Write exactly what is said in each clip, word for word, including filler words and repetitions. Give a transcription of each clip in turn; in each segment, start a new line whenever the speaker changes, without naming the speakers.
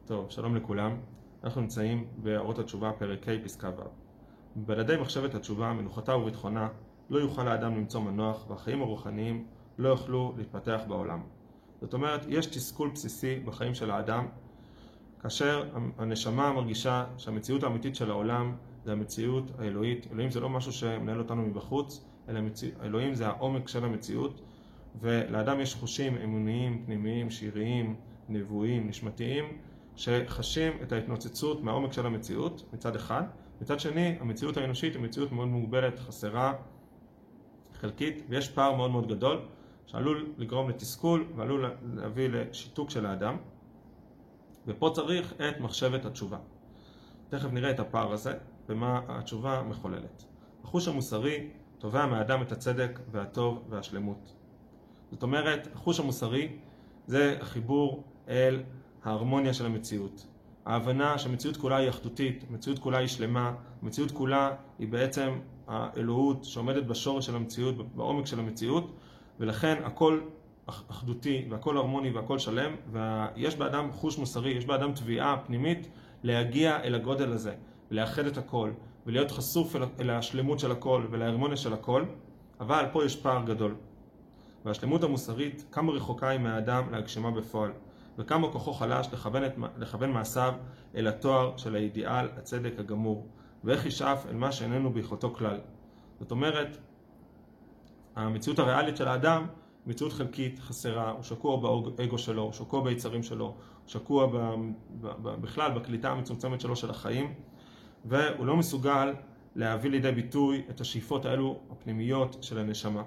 טוב, שלום לכולם. אנחנו נמצאים באורות התשובה, פרק ה' פסקה ו'. בלעדי מחשבת התשובה, מנוחתה וביטחונה, לא יוכל האדם למצוא מנוח, והחיים הרוחניים לא יוכלו להתפתח בעולם. זאת אומרת, יש תסכול בסיסי בחיים של האדם, כאשר הנשמה מרגישה שהמציאות האמיתית של העולם זה המציאות האלוהית. אלוהים זה לא משהו שמנהל אותנו מבחוץ, אלא מציא... אלוהים זה העומק של המציאות, ולאדם יש חושים אמוניים, פנימיים, שיריים, נבואיים, נשמתיים, שחשים את ההתנוצצות מהעומק של המציאות מצד אחד. מצד שני, המציאות האנושית היא מציאות מאוד מוגבלת, חסרה, חלקית, ויש פער מאוד מאוד גדול שעלול לגרום לתסכול ועלול להביא לשיתוק של האדם. ופה צריך את מחשבת התשובה. תכף נראה את הפער הזה ומה התשובה מחוללת. החוש המוסרי תובע מהאדם את הצדק והטוב והשלמות. זאת אומרת, החוש המוסרי זה החיבור אל ההרמוניה של המציאות. ההבנה שהמציאות כולה היא אחדותית, המציאות כולה היא שלמה, המציאות כולה היא בעצם האלוהות שעומדת בשורש של המציאות, בעומק של המציאות, ולכן הכל אחדותי והכל הרמוני והכל שלם, ויש באדם חוש מוסרי, יש באדם תביעה פנימית להגיע אל הגודל הזה, לאחד את הכל, ולהיות חשוף אל השלמות של הכל ולהרמוניה של הכל, אבל פה יש פער גדול. והשלמות המוסרית כמה רחוקה היא מהאדם להגשמה בפועל, וכמה כוחו חלש לכוון, את, לכוון מעשיו אל התואר של האידיאל, הצדק הגמור, ואיך ישאף אל מה שאיננו ביכולתו כלל. זאת אומרת, המציאות הריאלית של האדם, מציאות חלקית, חסרה, הוא שקוע באגו שלו, הוא שקוע ביצרים שלו, הוא שקוע ב, ב, ב, בכלל בקליטה המצומצמת שלו של החיים, והוא לא מסוגל להביא לידי ביטוי את השאיפות האלו הפנימיות של הנשמה.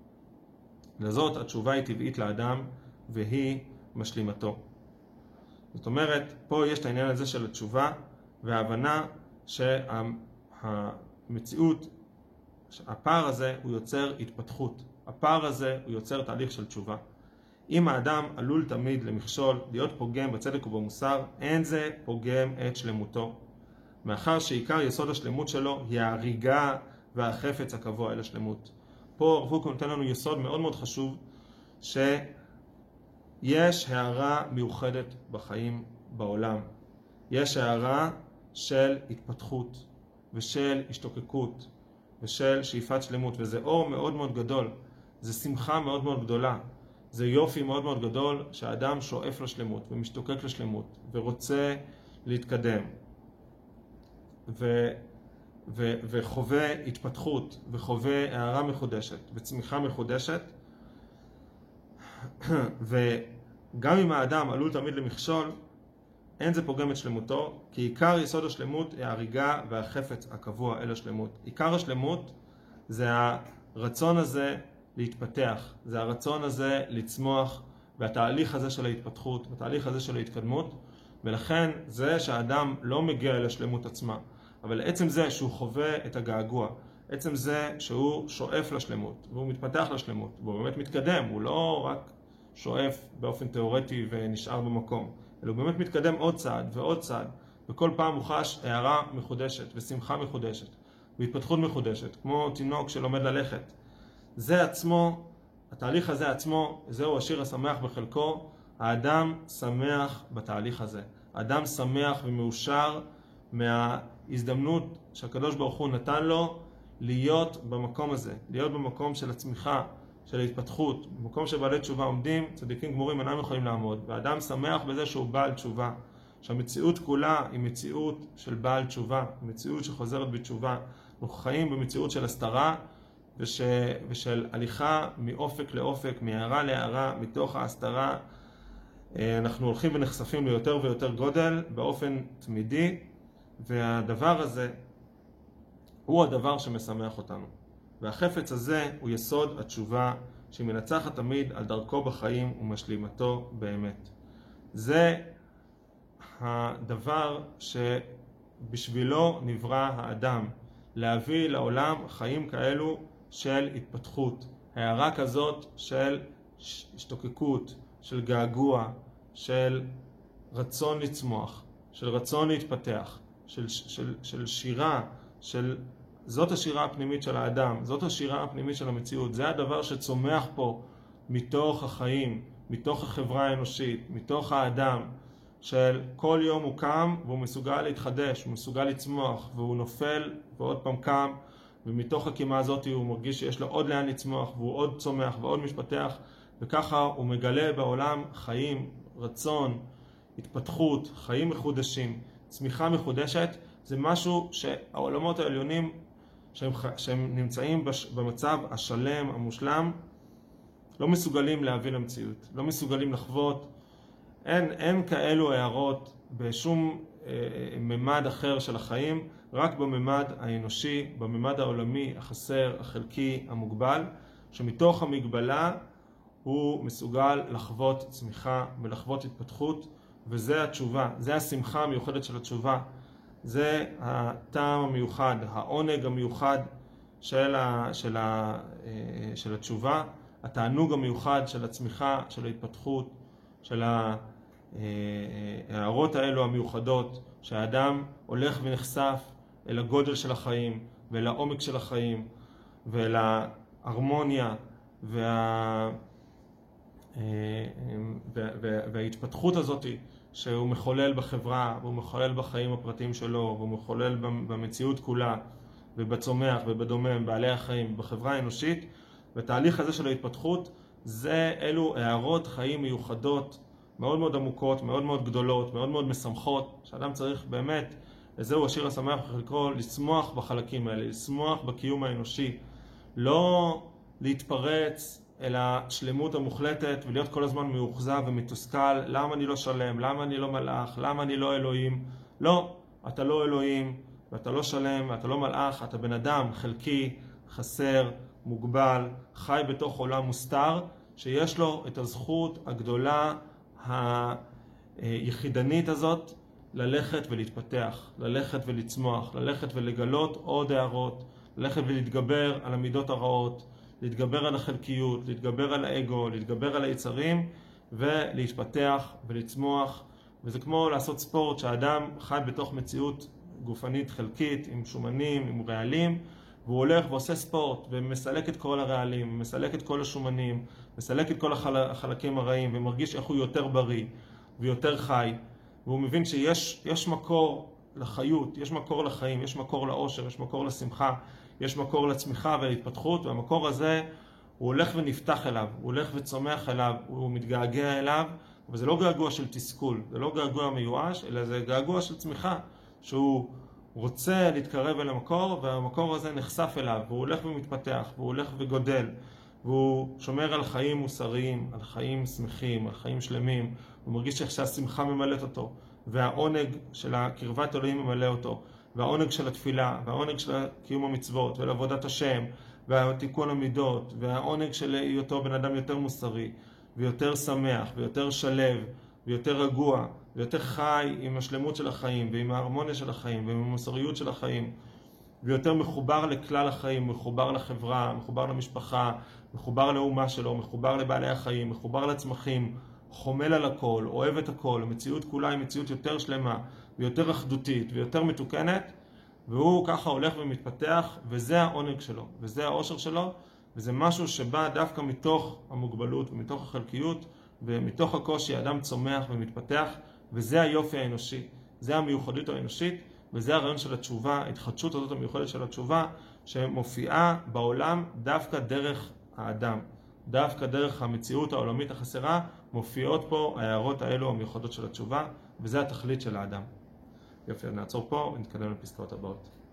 לזאת התשובה היא טבעית לאדם והיא משלימתו. זאת אומרת, פה יש את העניין הזה של התשובה וההבנה שהמציאות, הפער הזה הוא יוצר התפתחות. הפער הזה הוא יוצר תהליך של תשובה. אם האדם עלול תמיד למכשול, להיות פוגם בצדק ובמוסר, אין זה פוגם את שלמותו. מאחר שעיקר יסוד השלמות שלו היא ההריגה והחפץ הקבוע אל השלמות. פה הרב קוק נותן לנו יסוד מאוד מאוד חשוב, שיש הערה מיוחדת בחיים בעולם. יש הערה של התפתחות ושל השתוקקות ושל שאיפת שלמות, וזה אור מאוד מאוד גדול, זה שמחה מאוד מאוד גדולה, זה יופי מאוד מאוד גדול שהאדם שואף לשלמות ומשתוקק לשלמות ורוצה להתקדם ו... ו... וחווה התפתחות וחווה הערה מחודשת וצמיחה מחודשת. וגם אם האדם עלול תמיד למכשול, אין זה פוגם את שלמותו, כי עיקר יסוד השלמות היא ההריגה והחפץ הקבוע אל השלמות. עיקר השלמות זה הרצון הזה להתפתח, זה הרצון הזה לצמוח, והתהליך הזה של ההתפתחות, והתהליך הזה של ההתקדמות, ולכן זה שהאדם לא מגיע אל השלמות עצמה, אבל עצם זה שהוא חווה את הגעגוע, עצם זה שהוא שואף לשלמות, והוא מתפתח לשלמות, והוא באמת מתקדם, הוא לא רק שואף באופן תיאורטי ונשאר במקום, אלא הוא באמת מתקדם עוד צעד ועוד צעד, וכל פעם הוא חש הערה מחודשת ושמחה מחודשת, והתפתחות מחודשת, כמו תינוק שלומד ללכת. זה עצמו, התהליך הזה עצמו, זהו השיר השמח בחלקו, האדם שמח בתהליך הזה. האדם שמח ומאושר מההזדמנות שהקדוש ברוך הוא נתן לו להיות במקום הזה, להיות במקום של הצמיחה, של ההתפתחות, במקום שבעלי תשובה עומדים, צדיקים גמורים אינם יכולים לעמוד, והאדם שמח בזה שהוא בעל תשובה, שהמציאות כולה היא מציאות של בעל תשובה, מציאות שחוזרת בתשובה. אנחנו חיים במציאות של הסתרה וש... ושל הליכה מאופק לאופק, מהערה להערה, מתוך ההסתרה. אנחנו הולכים ונחשפים ליותר ויותר גודל באופן תמידי, והדבר הזה הוא הדבר שמשמח אותנו. והחפץ הזה הוא יסוד התשובה שהיא מנצחת תמיד על דרכו בחיים ומשלימתו באמת. זה הדבר שבשבילו נברא האדם, להביא לעולם חיים כאלו של התפתחות, הערה כזאת של השתוקקות, של געגוע, של רצון לצמוח, של רצון להתפתח, של, של, של שירה, של... זאת השירה הפנימית של האדם, זאת השירה הפנימית של המציאות, זה הדבר שצומח פה מתוך החיים, מתוך החברה האנושית, מתוך האדם, של כל יום הוא קם והוא מסוגל להתחדש, הוא מסוגל לצמוח, והוא נופל ועוד פעם קם, ומתוך הקימה הזאת הוא מרגיש שיש לו עוד לאן לצמוח, והוא עוד צומח ועוד משפתח, וככה הוא מגלה בעולם חיים, רצון, התפתחות, חיים מחודשים, צמיחה מחודשת. זה משהו שהעולמות העליונים שהם, שהם נמצאים במצב השלם, המושלם, לא מסוגלים להביא למציאות, לא מסוגלים לחוות. אין, אין כאלו הערות בשום אה, ממד אחר של החיים, רק בממד האנושי, בממד העולמי, החסר, החלקי, המוגבל, שמתוך המגבלה הוא מסוגל לחוות צמיחה ולחוות התפתחות, וזה התשובה, זה השמחה המיוחדת של התשובה, זה הטעם המיוחד, העונג המיוחד של, ה, של, ה, של התשובה, התענוג המיוחד של הצמיחה, של ההתפתחות, של ההערות האלו המיוחדות, שהאדם הולך ונחשף אל הגודל של החיים, ואל העומק של החיים, ואל ההרמוניה וה... וההתפתחות הזאת שהוא מחולל בחברה, והוא מחולל בחיים הפרטיים שלו, והוא מחולל במציאות כולה, ובצומח ובדומם, בעלי החיים, בחברה האנושית. והתהליך הזה של ההתפתחות, זה אלו הערות חיים מיוחדות, מאוד מאוד עמוקות, מאוד מאוד גדולות, מאוד מאוד משמחות, שאדם צריך באמת, זהו השיר השמח בחלקו, לשמוח בחלקים האלה, לשמוח בקיום האנושי, לא להתפרץ אל השלמות המוחלטת ולהיות כל הזמן מאוכזב ומתוסכל, למה אני לא שלם, למה אני לא מלאך, למה אני לא אלוהים. לא, אתה לא אלוהים, ואתה לא שלם, ואתה לא מלאך, אתה בן אדם חלקי, חסר, מוגבל, חי בתוך עולם מוסתר, שיש לו את הזכות הגדולה היחידנית הזאת ללכת ולהתפתח, ללכת ולצמוח, ללכת ולגלות עוד הערות, ללכת ולהתגבר על המידות הרעות, להתגבר על החלקיות, להתגבר על האגו, להתגבר על היצרים, ולהתפתח ולצמוח. וזה כמו לעשות ספורט, שהאדם חי בתוך מציאות גופנית חלקית, עם שומנים, עם רעלים, והוא הולך ועושה ספורט, ומסלק את כל הרעלים, מסלק את כל השומנים, מסלק את כל החל... החלקים הרעים, ומרגיש איך הוא יותר בריא ויותר חי, והוא מבין שיש יש מקור לחיות, יש מקור לחיים, יש מקור לאושר, יש מקור לשמחה, יש מקור לצמיחה ולהתפתחות, והמקור הזה הוא הולך ונפתח אליו, הוא הולך וצומח אליו, הוא מתגעגע אליו, וזה לא געגוע של תסכול, זה לא געגוע מיואש, אלא זה געגוע של צמיחה, שהוא רוצה להתקרב אל המקור, והמקור הזה נחשף אליו, והוא הולך ומתפתח, והוא הולך וגודל, והוא שומר על חיים מוסריים, על חיים שמחים, על חיים שלמים, הוא מרגיש שהשמחה ממלאת אותו, והעונג של הקרבת אלוהים ממלא אותו, והעונג של התפילה, והעונג של קיום המצוות, ולעבודת השם, והתיקון המידות, והעונג של היותו בן אדם יותר מוסרי, ויותר שמח, ויותר שלב, ויותר רגוע, ויותר חי עם השלמות של החיים, ועם ההרמוניה של החיים, ועם המוסריות של החיים, ויותר מחובר לכלל החיים, מחובר לחברה, מחובר למשפחה, מחובר לאומה שלו, מחובר לבעלי החיים, מחובר לצמחים, חומל על הכל, אוהב את הכל, המציאות כולה היא מציאות יותר שלמה, ויותר אחדותית, ויותר מתוקנת, והוא ככה הולך ומתפתח, וזה העונג שלו, וזה האושר שלו, וזה משהו שבא דווקא מתוך המוגבלות, ומתוך החלקיות, ומתוך הקושי האדם צומח ומתפתח, וזה היופי האנושי, זה המיוחדות האנושית, וזה הרעיון של התשובה, ההתחדשות הזאת המיוחדת של התשובה, שמופיעה בעולם דווקא דרך האדם, דווקא דרך המציאות העולמית החסרה, מופיעות פה ההערות האלו המיוחדות של התשובה, וזה התכלית של האדם. יופי, נעצור פה ונתקדם לפסקאות הבאות.